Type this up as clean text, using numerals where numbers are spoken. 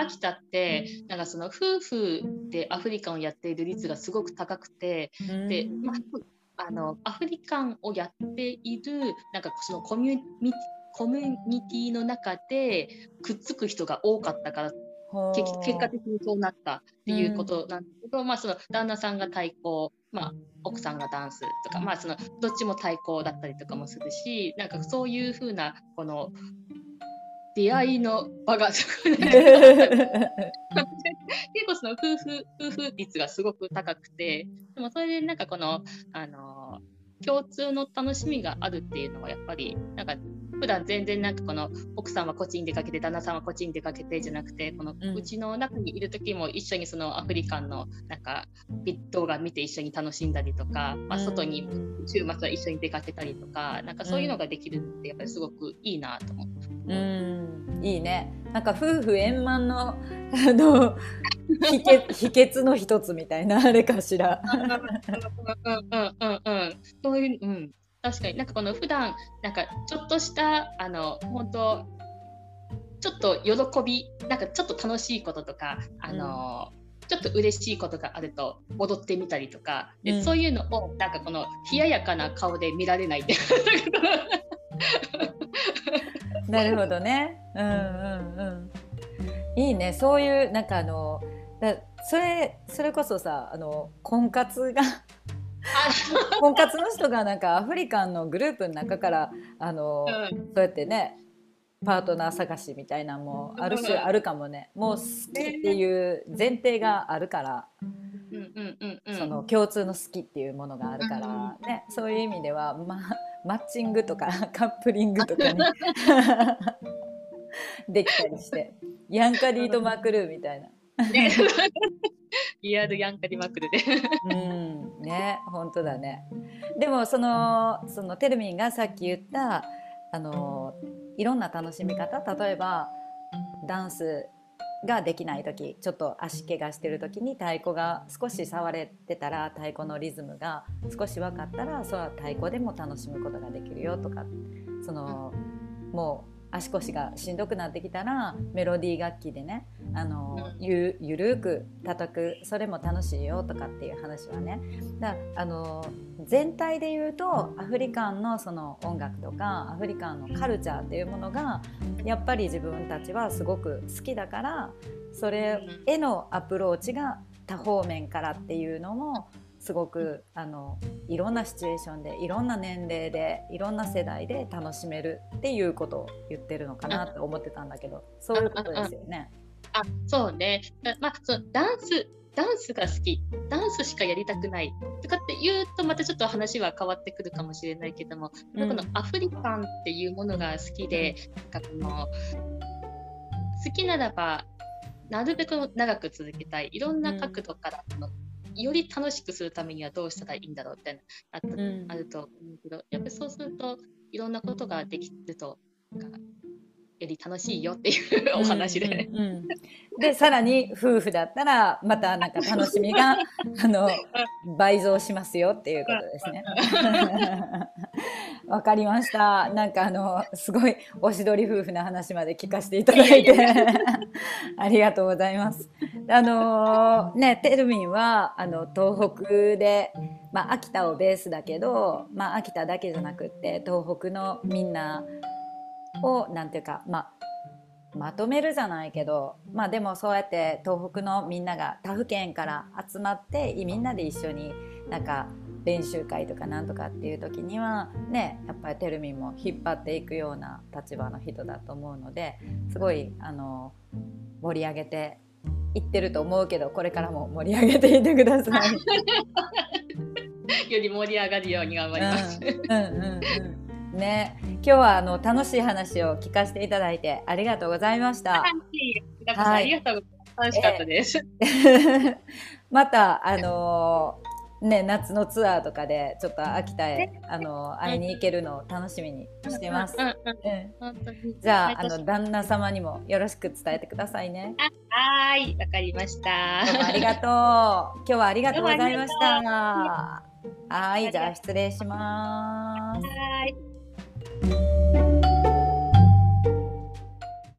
秋田ってなんかその夫婦でアフリカンをやっている率がすごく高くて、で、アフリカンをやっているなんかそのコミュニティの中でくっつく人が多かったから結果的にそうなったっていうことなんだけど、その旦那さんが太鼓、奥さんがダンスとか、そのどっちも太鼓だったりとかもするし、なんかそういうふうなこの出会いの場が結構その夫婦率がすごく高くて、でもそれでなんかこの共通の楽しみがあるっていうのはやっぱりなんか普段全然なんかこの奥さんはこっちに出かけて旦那さんはこっちに出かけてじゃなくて、このうちの中にいる時も一緒にそのアフリカンのなんか動画見て一緒に楽しんだりとか、外に週末は一緒に出かけたりとか、なんかそういうのができるってやっぱりすごくいいなと思って。 いいね。なんか夫婦円満の秘訣の一つみたいなあれかしら。 そういう、確かになんかこの普段なんかちょっとした本当ちょっと喜び、なんかちょっと楽しいこととかちょっと嬉しいことがあると踊ってみたりとかで、そういうのをなんかこの冷ややかな顔で見られないってなるほどね。いいね。そういうなんかそれこそさ婚活が婚活の人がなんかアフリカンのグループの中からそうやってねパートナー探しみたいなのもあるかもね。もう好きっていう前提があるから、その共通の好きっていうものがあるからね、そういう意味ではマッチングとかカップリングとかにできたりしてヤンカリーとマクルーみたいな。 リアルヤンカリマクルでね、本当だね。でもそのテルミンがさっき言ったいろんな楽しみ方、例えばダンスができない時、ちょっと足怪我してる時に太鼓が少し触れてたら太鼓のリズムが少し分かったら、それは太鼓でも楽しむことができるよとか、もう足腰がしんどくなってきたらメロディー楽器でねゆるく叩く、それも楽しいよとかっていう話はね。全体で言うとアフリカンのその音楽とかアフリカンのカルチャーっていうものがやっぱり自分たちはすごく好きだから、それへのアプローチが多方面からっていうのもすごくいろんなシチュエーションでいろんな年齢でいろんな世代で楽しめるっていうことを言ってるのかなと思ってたんだけど、そういうことですよね。 そうね。そのダンスが好き、ダンスしかやりたくないとかって言うとまたちょっと話は変わってくるかもしれないけども、このアフリカンっていうものが好きで、なんか好きならばなるべく長く続けたい、いろんな角度からより楽しくするためにはどうしたらいいんだろうってあると思うけど、やっぱりそうするといろんなことができるとより楽しいよっていうお話で、 でさらに夫婦だったらまたなんか楽しみが倍増しますよっていうことですね。わかりました。なんかすごいおしどり夫婦の話まで聞かせていただいてありがとうございます。テルミンは東北で、秋田をベースだけど、秋田だけじゃなくって東北のみんなをなんていうか、まとめるじゃないけど、でもそうやって東北のみんなが他府県から集まってみんなで一緒になんか練習会とかなんとかっていう時にはね、やっぱりテルミンも引っ張っていくような立場の人だと思うので、すごい盛り上げていってると思うけど、これからも盛り上げていってください。 より盛り上がるように頑張ります。 ね、今日は楽しい話を聞かせていただいてありがとうございました。 ありがとうございました。楽しかったです。 また夏のツアーとかでちょっと秋田へ会いに行けるのを楽しみにしてます。じゃあ旦那様にもよろしく伝えてくださいね。 はい、わかりました。 どうもありがとう。今日はありがとうございました。はい、じゃあ失礼します。 はい。